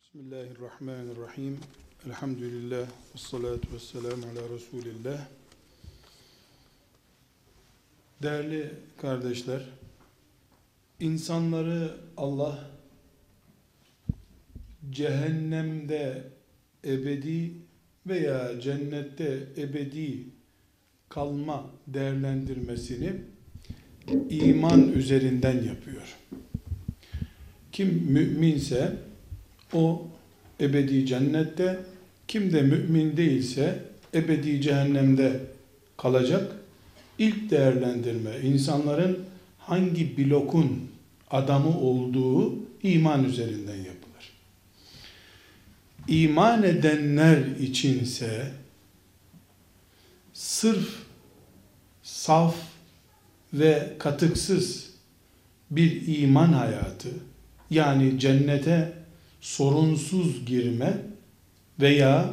Bismillahirrahmanirrahim. Elhamdülillah. Vessalatu vesselamu ala Resulillah. Değerli kardeşler, insanları Allah cehennemde ebedi veya cennette ebedi kalma değerlendirmesini iman üzerinden yapıyor. Kim müminse o ebedi cennette, kim de mümin değilse ebedi cehennemde kalacak. İlk değerlendirme, insanların hangi blokun adamı olduğu iman üzerinden yapılır. İman edenler içinse sırf, saf ve katıksız bir iman hayatı, yani cennete sorunsuz girme veya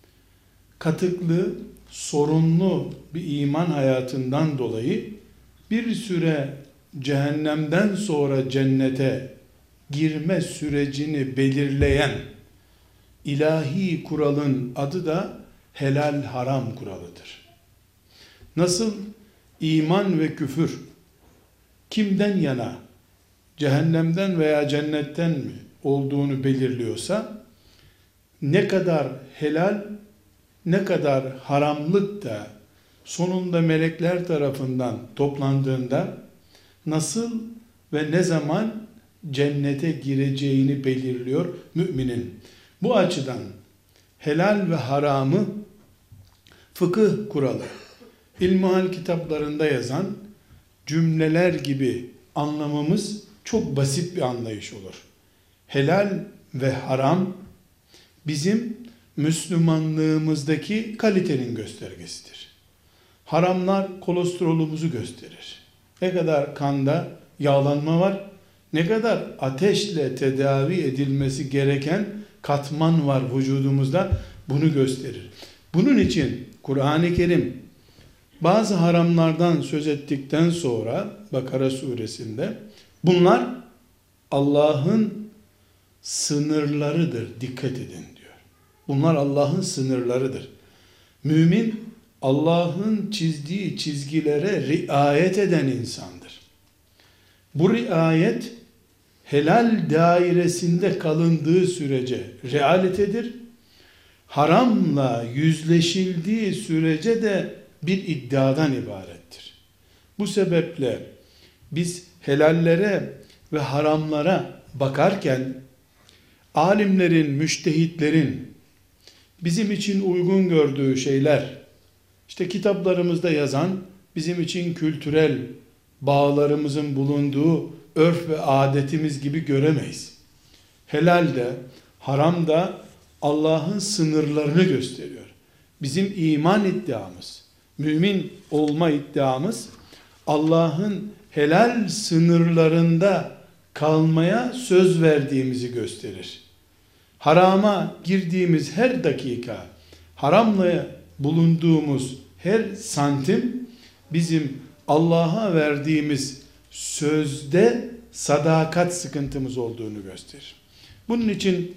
katıklı, sorunlu bir iman hayatından dolayı bir süre cehennemden sonra cennete girme sürecini belirleyen ilahi kuralın adı da helal haram kuralıdır. Nasıl iman ve küfür kimden yana, cehennemden veya cennetten mi olduğunu belirliyorsa, ne kadar helal, ne kadar haramlık da sonunda melekler tarafından toplandığında nasıl ve ne zaman cennete gireceğini belirliyor müminin. Bu açıdan helal ve haramı fıkıh kuralı, ilmihal kitaplarında yazan cümleler gibi anlamamız çok basit bir anlayış olur. Helal ve haram bizim Müslümanlığımızdaki kalitenin göstergesidir. Haramlar kolesterolümüzü gösterir. Ne kadar kanda yağlanma var, ne kadar ateşle tedavi edilmesi gereken katman var vücudumuzda, bunu gösterir. Bunun için Kur'an-ı Kerim bazı haramlardan söz ettikten sonra Bakara suresinde bunlar Allah'ın sınırlarıdır, dikkat edin diyor. Bunlar Allah'ın sınırlarıdır. Mümin Allah'ın çizdiği çizgilere riayet eden insandır. Bu riayet helal dairesinde kalındığı sürece realitedir. Haramla yüzleşildiği sürece de bir iddiadan ibarettir. Bu sebeple biz helallere ve haramlara bakarken alimlerin, müştehitlerin bizim için uygun gördüğü şeyler, işte kitaplarımızda yazan bizim için kültürel bağlarımızın bulunduğu örf ve adetimiz gibi göremeyiz. Helal de, haram da Allah'ın sınırlarını gösteriyor. Bizim iman iddiamız, mümin olma iddiamız, Allah'ın helal sınırlarında kalmaya söz verdiğimizi gösterir. Harama girdiğimiz her dakika, haramla bulunduğumuz her santim bizim Allah'a verdiğimiz sözde sadakat sıkıntımız olduğunu gösterir. Bunun için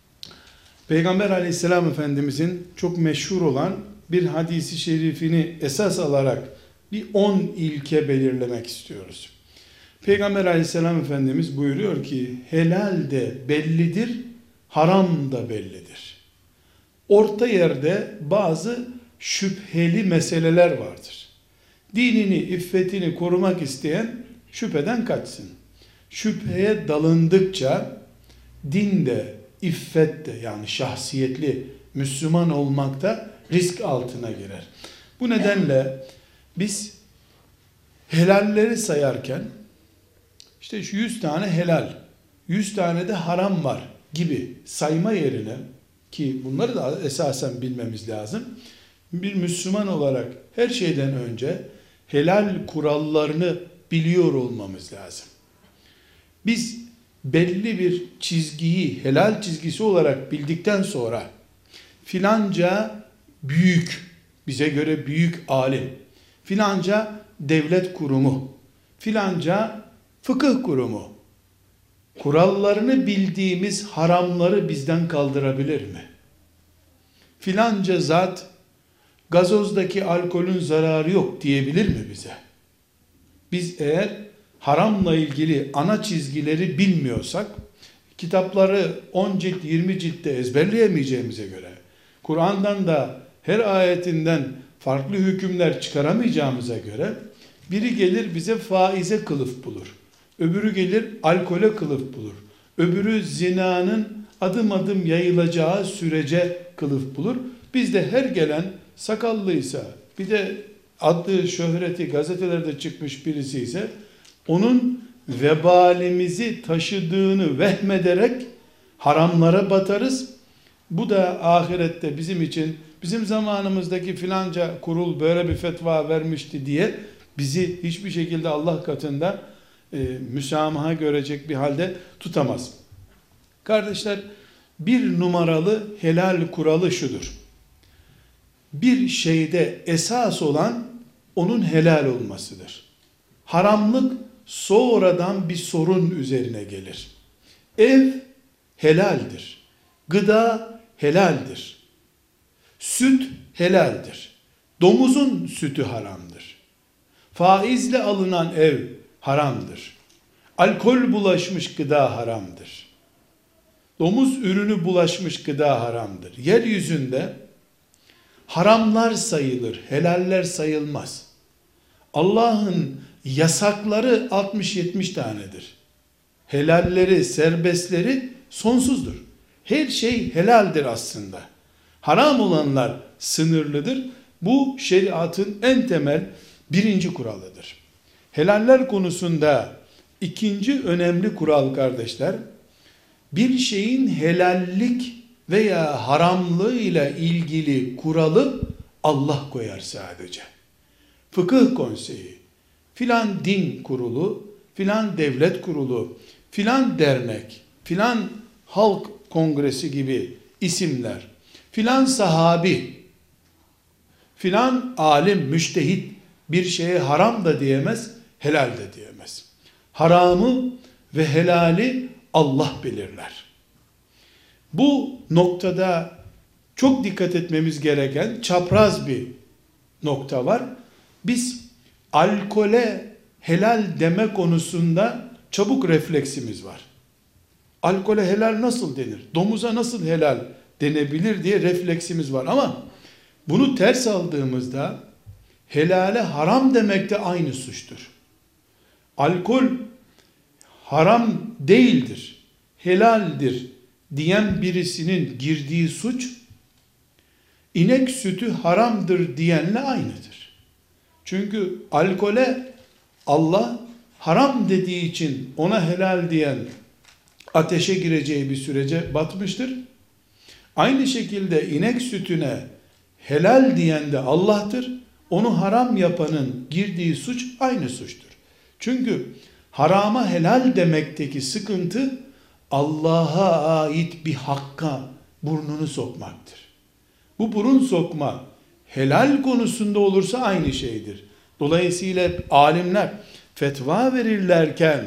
Peygamber Aleyhisselam Efendimizin çok meşhur olan bir hadisi şerifini esas alarak bir 10 ilke belirlemek istiyoruz. Peygamber Aleyhisselam Efendimiz buyuruyor ki, helal de bellidir, haram da bellidir. Orta yerde bazı şüpheli meseleler vardır. Dinini, iffetini korumak isteyen şüpheden kaçsın. Şüpheye dalındıkça din de, iffet de, yani şahsiyetli Müslüman olmakta risk altına girer. Bu nedenle biz helalleri sayarken işte şu 100 tane helal, 100 tane de haram var gibi sayma yerine, ki bunları da esasen bilmemiz lazım, bir Müslüman olarak her şeyden önce helal kurallarını biliyor olmamız lazım. Biz belli bir çizgiyi helal çizgisi olarak bildikten sonra filanca büyük, bize göre büyük alim, filanca devlet kurumu, filanca fıkıh kurumu kurallarını bildiğimiz haramları bizden kaldırabilir mi? Filanca zat gazozdaki alkolün zararı yok diyebilir mi bize? Biz eğer haramla ilgili ana çizgileri bilmiyorsak, kitapları 10 cilt 20 ciltte ezberleyemeyeceğimize göre, Kur'an'dan da her ayetinden farklı hükümler çıkaramayacağımıza göre, biri gelir bize faize kılıf bulur. Öbürü gelir alkole kılıf bulur. Öbürü zinanın adım adım yayılacağı sürece kılıf bulur. Biz de her gelen sakallıysa, bir de adı şöhreti gazetelerde çıkmış birisi ise, onun vebalimizi taşıdığını vehmederek haramlara batarız. Bu da ahirette bizim için, bizim zamanımızdaki filanca kurul böyle bir fetva vermişti diye bizi hiçbir şekilde Allah katında müsamaha görecek bir halde tutamaz. Kardeşler, bir numaralı helal kuralı şudur: bir şeyde esas olan onun helal olmasıdır. Haramlık sonradan bir sorun üzerine gelir. Ev helaldir. Gıda helaldir. Süt helaldir. Domuzun sütü haramdır. Faizle alınan ev haramdır. Alkol bulaşmış gıda haramdır. Domuz ürünü bulaşmış gıda haramdır. Yeryüzünde haramlar sayılır, helaller sayılmaz. Allah'ın yasakları 60-70 tanedir. Helalleri, serbestleri sonsuzdur. Her şey helaldir aslında. Haram olanlar sınırlıdır. Bu şeriatın en temel birinci kuralıdır. Helaller konusunda ikinci önemli kural kardeşler, bir şeyin helallik veya haramlığı ile ilgili kuralı Allah koyar sadece. Fıkıh konseyi, filan din kurulu, filan devlet kurulu, filan dernek, filan halk kongresi gibi isimler, filan sahabi, filan alim, müştehit bir şeye haram da diyemez, helal de diyemez. Haramı ve helali Allah belirler. Bu noktada çok dikkat etmemiz gereken çapraz bir nokta var. Biz alkole helal deme konusunda çabuk refleksimiz var. Alkole helal nasıl denir? Domuza nasıl helal denebilir diye refleksimiz var. Ama bunu ters aldığımızda helale haram demek de aynı suçtur. Alkol haram değildir, helaldir diyen birisinin girdiği suç, inek sütü haramdır diyenle aynıdır. Çünkü alkole Allah haram dediği için ona helal diyen ateşe gireceği bir sürece batmıştır. Aynı şekilde inek sütüne helal diyen de Allah'tır. Onu haram yapanın girdiği suç aynı suçtur. Çünkü harama helal demekteki sıkıntı Allah'a ait bir hakka burnunu sokmaktır. Bu burun sokma helal konusunda olursa aynı şeydir. Dolayısıyla alimler fetva verirlerken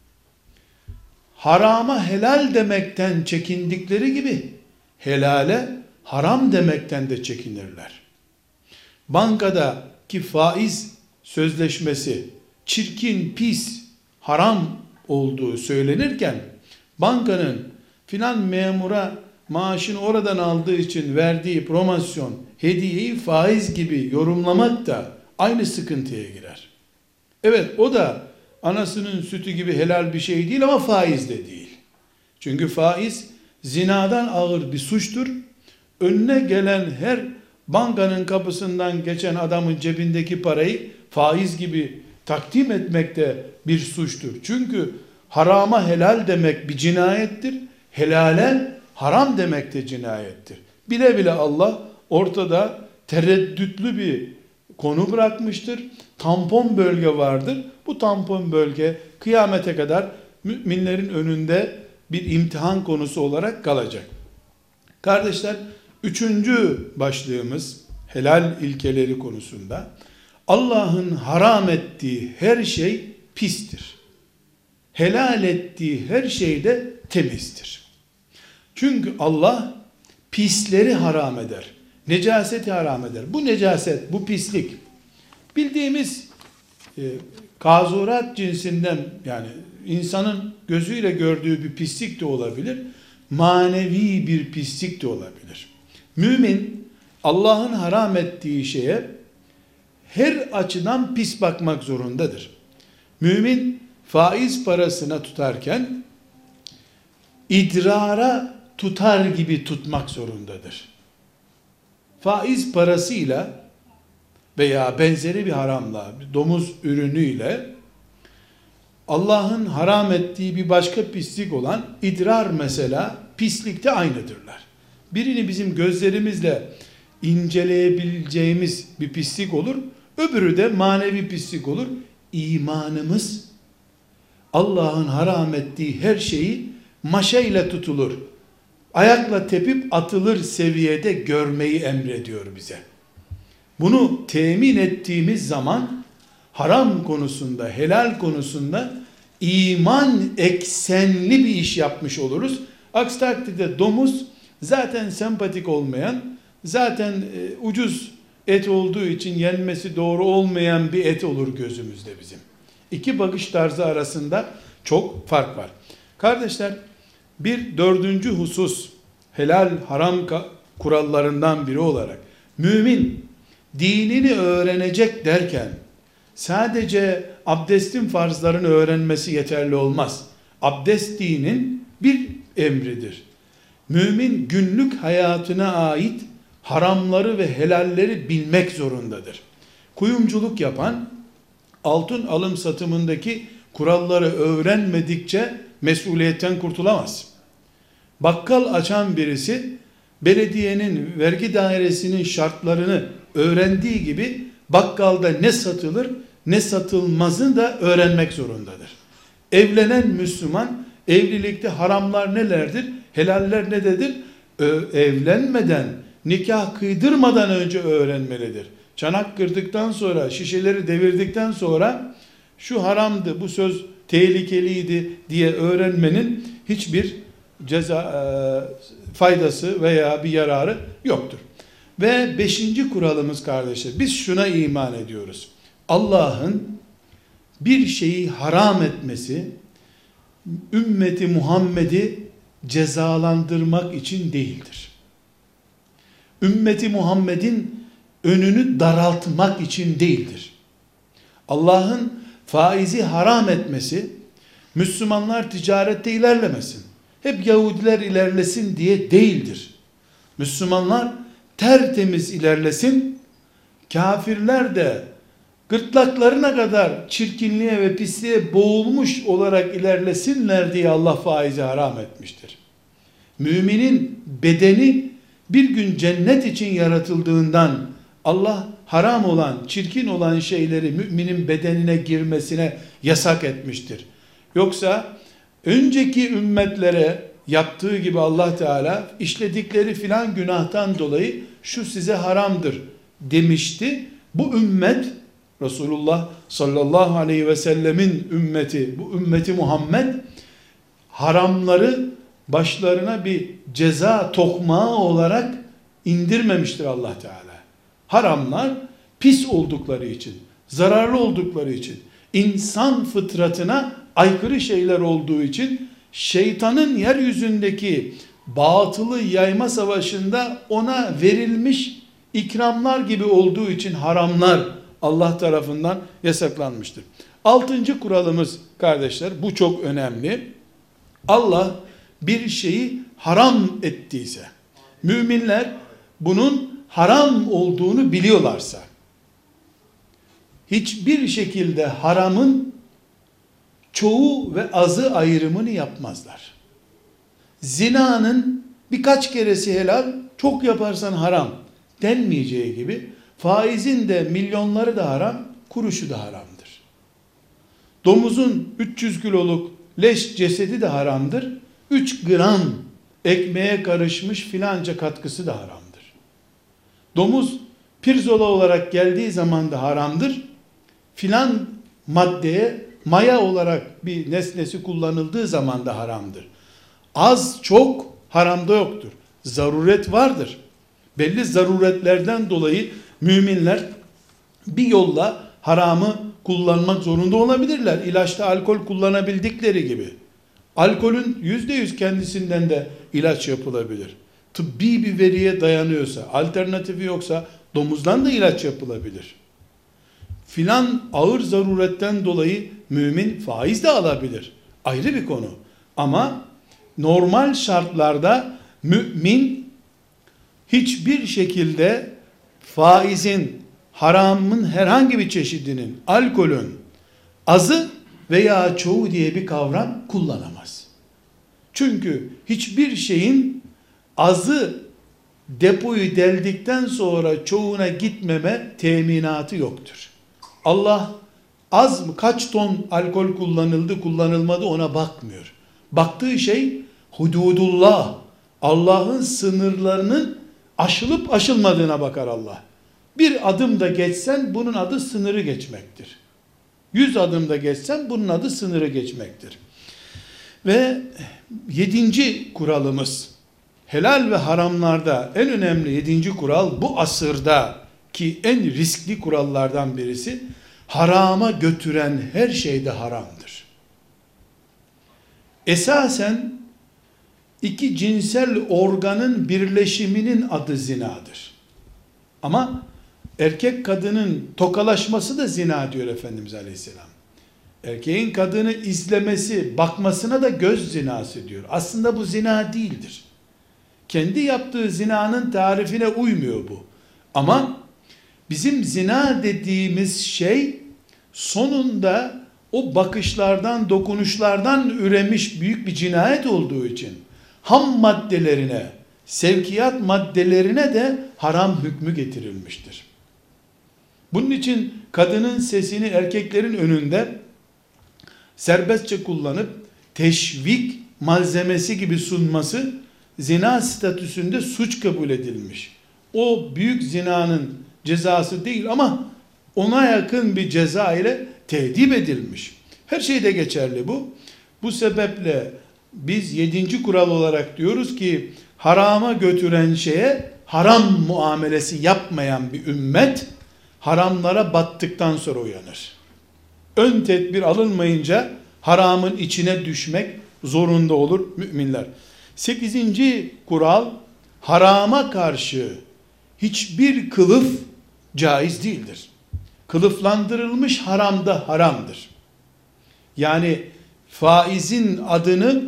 harama helal demekten çekindikleri gibi helale haram demekten de çekinirler. Bankadaki faiz sözleşmesi çirkin, pis, haram olduğu söylenirken bankanın filan memura maaşını oradan aldığı için verdiği promosyon, hediyeyi faiz gibi yorumlamak da aynı sıkıntıya girer. Evet, o da anasının sütü gibi helal bir şey değil ama faiz de değil. Çünkü faiz zinadan ağır bir suçtur. Önüne gelen her bankanın kapısından geçen adamın cebindeki parayı faiz gibi takdim etmek de bir suçtur. Çünkü harama helal demek bir cinayettir. Helale haram demek de cinayettir. Bile bile Allah ortada tereddütlü bir konu bırakmıştır. Tampon bölge vardır. Bu tampon bölge kıyamete kadar müminlerin önünde bir imtihan konusu olarak kalacak. Kardeşler, üçüncü başlığımız helal ilkeleri konusunda Allah'ın haram ettiği her şey pistir. helal ettiği her şeyde temizdir. Çünkü Allah pisleri haram eder. Necaseti haram eder. Bu necaset, bu pislik bildiğimiz kazurat cinsinden, yani insanın gözüyle gördüğü bir pislik de olabilir. Manevi bir pislik de olabilir. Mümin Allah'ın haram ettiği şeye her açıdan pis bakmak zorundadır. Mümin faiz parasına tutarken idrara tutar gibi tutmak zorundadır. Faiz parasıyla veya benzeri bir haramla, bir domuz ürünüyle Allah'ın haram ettiği bir başka pislik olan idrar mesela pislikte aynıdırlar. Birini bizim gözlerimizle inceleyebileceğimiz bir pislik olur, öbürü de manevi pislik olur. İmanımız Allah'ın haram ettiği her şeyi maşayla tutulur, ayakla tepip atılır seviyede görmeyi emrediyor bize. Bunu temin ettiğimiz zaman haram konusunda, helal konusunda iman eksenli bir iş yapmış oluruz. Aksi takdirde domuz zaten sempatik olmayan, zaten ucuz et olduğu için yenmesi doğru olmayan bir et olur gözümüzde bizim. İki bakış tarzı arasında çok fark var. Kardeşler, bir dördüncü husus, helal haram kurallarından biri olarak mümin dinini öğrenecek derken sadece abdestin farzlarını öğrenmesi yeterli olmaz. Abdest dinin bir emridir. Mümin günlük hayatına ait haramları ve helalleri bilmek zorundadır. Kuyumculuk yapan altın alım satımındaki kuralları öğrenmedikçe mesuliyetten kurtulamaz. Bakkal açan birisi belediyenin, vergi dairesinin şartlarını öğrendiği gibi bakkalda ne satılır ne satılmazını da öğrenmek zorundadır. Evlenen Müslüman evlilikte haramlar nelerdir, helaller nedir? Evlenmeden, nikah kıydırmadan önce öğrenmelidir. Çanak kırdıktan sonra, şişeleri devirdikten sonra şu haramdı, bu söz tehlikeliydi diye öğrenmenin hiçbir faydası veya bir yararı yoktur. Ve beşinci kuralımız kardeşler, biz şuna iman ediyoruz. Allah'ın bir şeyi haram etmesi, ümmeti Muhammed'i cezalandırmak için değildir. Ümmeti Muhammed'in önünü daraltmak için değildir. Allah'ın faizi haram etmesi, Müslümanlar ticarette ilerlemesin, hep Yahudiler ilerlesin diye değildir. Müslümanlar tertemiz ilerlesin, kafirler de gırtlaklarına kadar çirkinliğe ve pisliğe boğulmuş olarak ilerlesinler diye Allah faizi haram etmiştir. Müminin bedeni bir gün cennet için yaratıldığından Allah haram olan, çirkin olan şeyleri müminin bedenine girmesine yasak etmiştir. Yoksa önceki ümmetlere yaptığı gibi Allah Teala işledikleri filan günahtan dolayı şu size haramdır demişti. Bu ümmet, Resulullah sallallahu aleyhi ve sellemin ümmeti, bu ümmeti Muhammed haramları başlarına bir ceza tokmağı olarak indirmemiştir Allah Teala. Haramlar pis oldukları için, zararlı oldukları için, insan fıtratına aykırı şeyler olduğu için, şeytanın yeryüzündeki batılı yayma savaşında ona verilmiş ikramlar gibi olduğu için haramlar Allah tarafından yasaklanmıştır. Altıncı kuralımız kardeşler, bu çok önemli. Allah bir şeyi haram ettiyse, müminler bunun haram olduğunu biliyorlarsa, hiçbir şekilde haramın çoğu ve azı ayrımını yapmazlar. Zinanın birkaç keresi helal, çok yaparsan haram denmeyeceği gibi, faizin de milyonları da haram, kuruşu da haramdır. Domuzun 300 kiloluk leş cesedi de haramdır. 3 gram ekmeğe karışmış filanca katkısı da haramdır. Domuz pirzola olarak geldiği zaman da haramdır. Filan maddeye maya olarak bir nesnesi kullanıldığı zaman da haramdır. Az çok haramda yoktur. Zaruret vardır. Belli zaruretlerden dolayı müminler bir yolla haramı kullanmak zorunda olabilirler. İlaçta alkol kullanabildikleri gibi. Alkolün %100 kendisinden de ilaç yapılabilir. Tıbbi bir veriye dayanıyorsa, alternatifi yoksa domuzdan da ilaç yapılabilir. Filan ağır zaruretten dolayı mümin faiz de alabilir. Ayrı bir konu. Ama normal şartlarda mümin hiçbir şekilde faizin, haramın herhangi bir çeşidinin, alkolün azı veya çoğu diye bir kavram kullanamaz. Çünkü hiçbir şeyin azı depoyu deldikten sonra çoğuna gitmeme teminatı yoktur. Allah az mı, kaç ton alkol kullanıldı kullanılmadı ona bakmıyor. Baktığı şey hududullah, Allah'ın sınırlarının aşılıp aşılmadığına bakar Allah. Bir adım da geçsen bunun adı sınırı geçmektir. 100 adım da geçsen bunun adı sınırı geçmektir. Ve 7. kuralımız, helal ve haramlarda en önemli 7. kural, bu asırda ki en riskli kurallardan birisi, harama götüren her şey de haramdır. Esasen iki cinsel organın birleşiminin adı zinadır. Ama erkek kadının tokalaşması da zina diyor Efendimiz Aleyhisselam. Erkeğin kadını izlemesi, bakmasına da göz zinası diyor. Aslında bu zina değildir. Kendi yaptığı zinanın tarifine uymuyor bu. Ama bizim zina dediğimiz şey sonunda o bakışlardan, dokunuşlardan üremiş büyük bir cinayet olduğu için ham maddelerine, sevkiyat maddelerine de haram hükmü getirilmiştir. Bunun için kadının sesini erkeklerin önünde serbestçe kullanıp teşvik malzemesi gibi sunması zina statüsünde suç kabul edilmiş. O büyük zinanın cezası değil ama ona yakın bir ceza ile tedip edilmiş. Her şeyde geçerli bu. Bu sebeple biz 7. kural olarak diyoruz ki harama götüren şeye haram muamelesi yapmayan bir ümmet haramlara battıktan sonra uyanır. Ön tedbir alınmayınca haramın içine düşmek zorunda olur müminler. 8. kural, harama karşı hiçbir kılıf caiz değildir. Kılıflandırılmış haram da haramdır. Yani faizin adını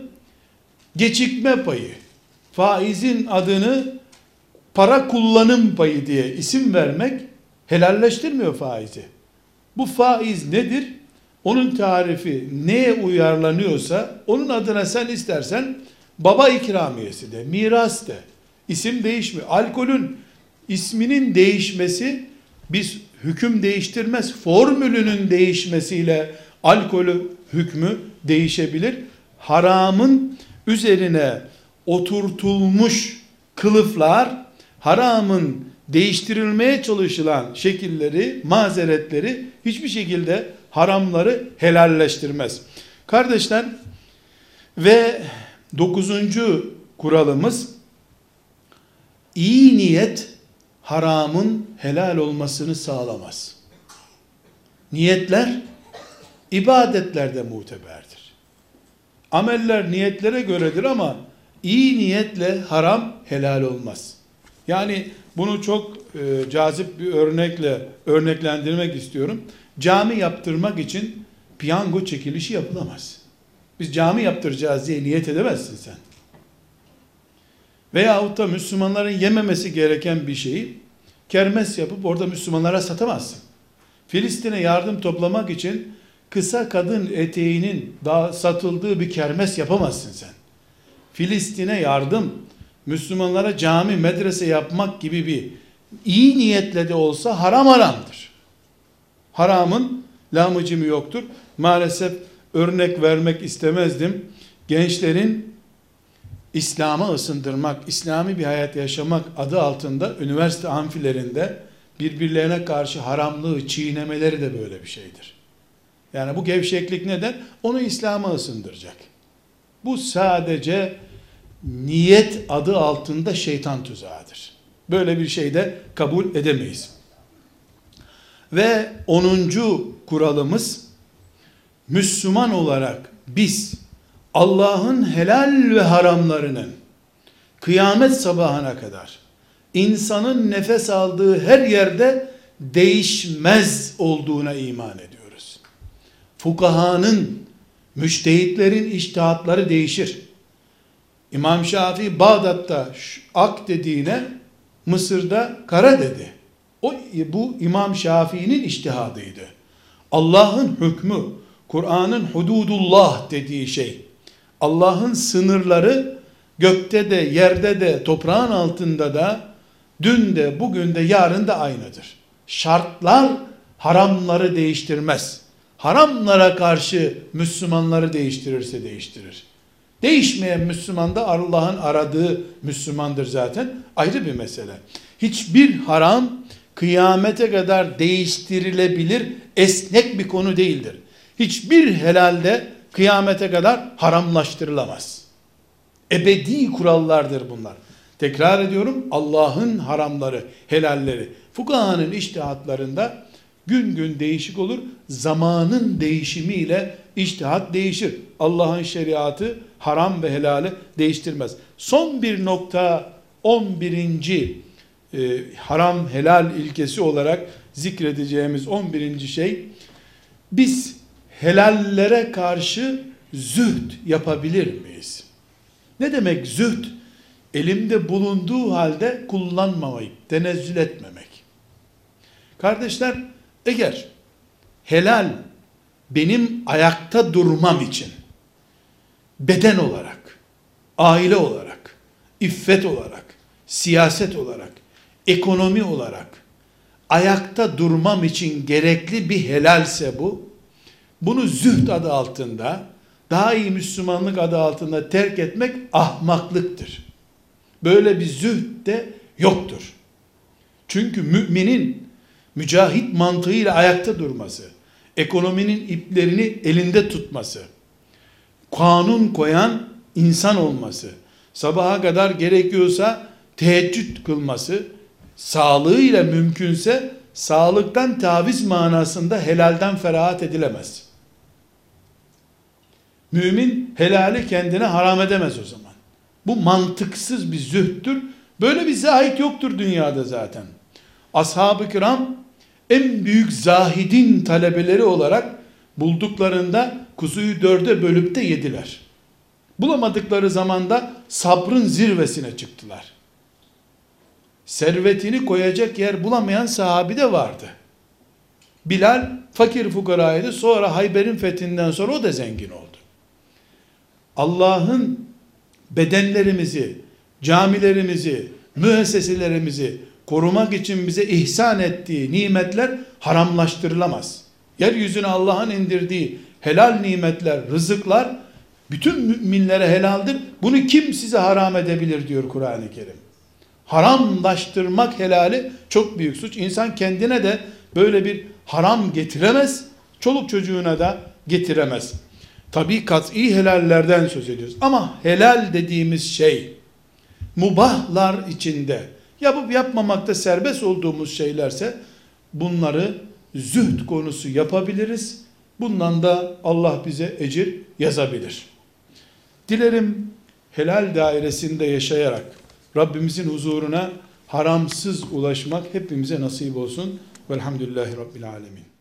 gecikme payı, faizin adını para kullanım payı diye isim vermek helalleştirmiyor faizi. Bu faiz nedir? Onun tarifi neye uyarlanıyorsa onun adına sen istersen baba ikramiyesi de, miras de, isim değişmiyor. Alkolün isminin değişmesi biz hüküm değiştirmez. Formülünün değişmesiyle alkolü hükmü değişebilir. Haramın üzerine oturtulmuş kılıflar, haramın değiştirilmeye çalışılan şekilleri, mazeretleri hiçbir şekilde haramları helalleştirmez. Kardeşler, ve 9. kuralımız, iyi niyet haramın helal olmasını sağlamaz. Niyetler ibadetlerde muteberdir. Ameller niyetlere göredir ama iyi niyetle haram helal olmaz. Yani bunu çok cazip bir örnekle örneklendirmek istiyorum. Cami yaptırmak için piyango çekilişi yapılamaz. Biz cami yaptıracağız diye niyet edemezsin sen. Veyahut da Müslümanların yememesi gereken bir şeyi kermes yapıp orada Müslümanlara satamazsın. Filistin'e yardım toplamak için kısa kadın eteğinin daha satıldığı bir kermes yapamazsın sen. Filistin'e yardım, Müslümanlara cami, medrese yapmak gibi bir iyi niyetle de olsa haram haramdır. Haramın lamıcımı yoktur. Maalesef örnek vermek istemezdim. Gençlerin İslam'a ısındırmak, İslami bir hayat yaşamak adı altında üniversite amfilerinde birbirlerine karşı haramlığı çiğnemeleri de böyle bir şeydir. Yani bu gevşeklik neden? Onu İslam'a ısındıracak. Bu sadece niyet adı altında şeytan tuzağıdır. Böyle bir şey de kabul edemeyiz. Ve 10. kuralımız, Müslüman olarak biz Allah'ın helal ve haramlarının kıyamet sabahına kadar insanın nefes aldığı her yerde değişmez olduğuna iman ediyoruz. Fukahanın, müçtehitlerin içtihatları değişir. İmam Şafii Bağdat'ta ak dediğine Mısır'da kara dedi. Bu İmam Şafii'nin içtihadıydı. Allah'ın hükmü, Kur'an'ın hududullah dediği şey, Allah'ın sınırları gökte de, yerde de, toprağın altında da, dün de, bugün de, yarın da aynıdır. Şartlar haramları değiştirmez. Haramlara karşı Müslümanları değiştirirse değiştirir. Değişmeyen Müslüman da Allah'ın aradığı Müslümandır zaten. Ayrı bir mesele. Hiçbir haram kıyamete kadar değiştirilebilir, esnek bir konu değildir. Hiçbir helal de kıyamete kadar haramlaştırılamaz. Ebedi kurallardır bunlar. Tekrar ediyorum, Allah'ın haramları, helalleri, fukahanın içtihatlarında gün gün değişik olur. Zamanın değişimiyle içtihat değişir. Allah'ın şeriatı haram ve helali değiştirmez. Son bir nokta, 11. Haram helal ilkesi olarak zikredeceğimiz 11. şey, biz helallere karşı zühd yapabilir miyiz? Ne demek zühd? Elimde bulunduğu halde kullanmamayı, tenezzül etmemek. Kardeşler, eğer helal benim ayakta durmam için beden olarak, aile olarak, iffet olarak, siyaset olarak, ekonomi olarak ayakta durmam için gerekli bir helalse bunu zühd adı altında, daha iyi Müslümanlık adı altında terk etmek ahmaklıktır. Böyle bir zühd de yoktur. Çünkü müminin mücahit mantığıyla ayakta durması, ekonominin iplerini elinde tutması, kanun koyan insan olması, sabaha kadar gerekiyorsa teheccüd kılması, sağlığıyla mümkünse sağlıktan taviz manasında helalden ferahat edilemez. Mümin helali kendine haram edemez o zaman. Bu mantıksız bir zühttür. Böyle bir zahid yoktur dünyada zaten. Ashab-ı kiram en büyük zahidin talebeleri olarak bulduklarında kuzuyu 4'e bölüp de yediler. Bulamadıkları zamanda sabrın zirvesine çıktılar. Servetini koyacak yer bulamayan sahabi de vardı. Bilal fakir fukaraydı. Sonra Hayber'in fethinden sonra o da zengin oldu. Allah'ın bedenlerimizi, camilerimizi, müesseselerimizi korumak için bize ihsan ettiği nimetler haramlaştırılamaz. Yeryüzüne Allah'ın indirdiği helal nimetler, rızıklar bütün müminlere helaldir. Bunu kim size haram edebilir diyor Kur'an-ı Kerim. Haramlaştırmak helali çok büyük suç. İnsan kendine de böyle bir haram getiremez, çoluk çocuğuna da getiremez. Tabi kat'i helallerden söz ediyoruz. Ama helal dediğimiz şey, mubahlar içinde, yapıp yapmamakta serbest olduğumuz şeylerse, bunları zühd konusu yapabiliriz. Bundan da Allah bize ecir yazabilir. Dilerim helal dairesinde yaşayarak, Rabbimizin huzuruna haramsız ulaşmak hepimize nasip olsun. Velhamdülillahi Rabbil Alemin.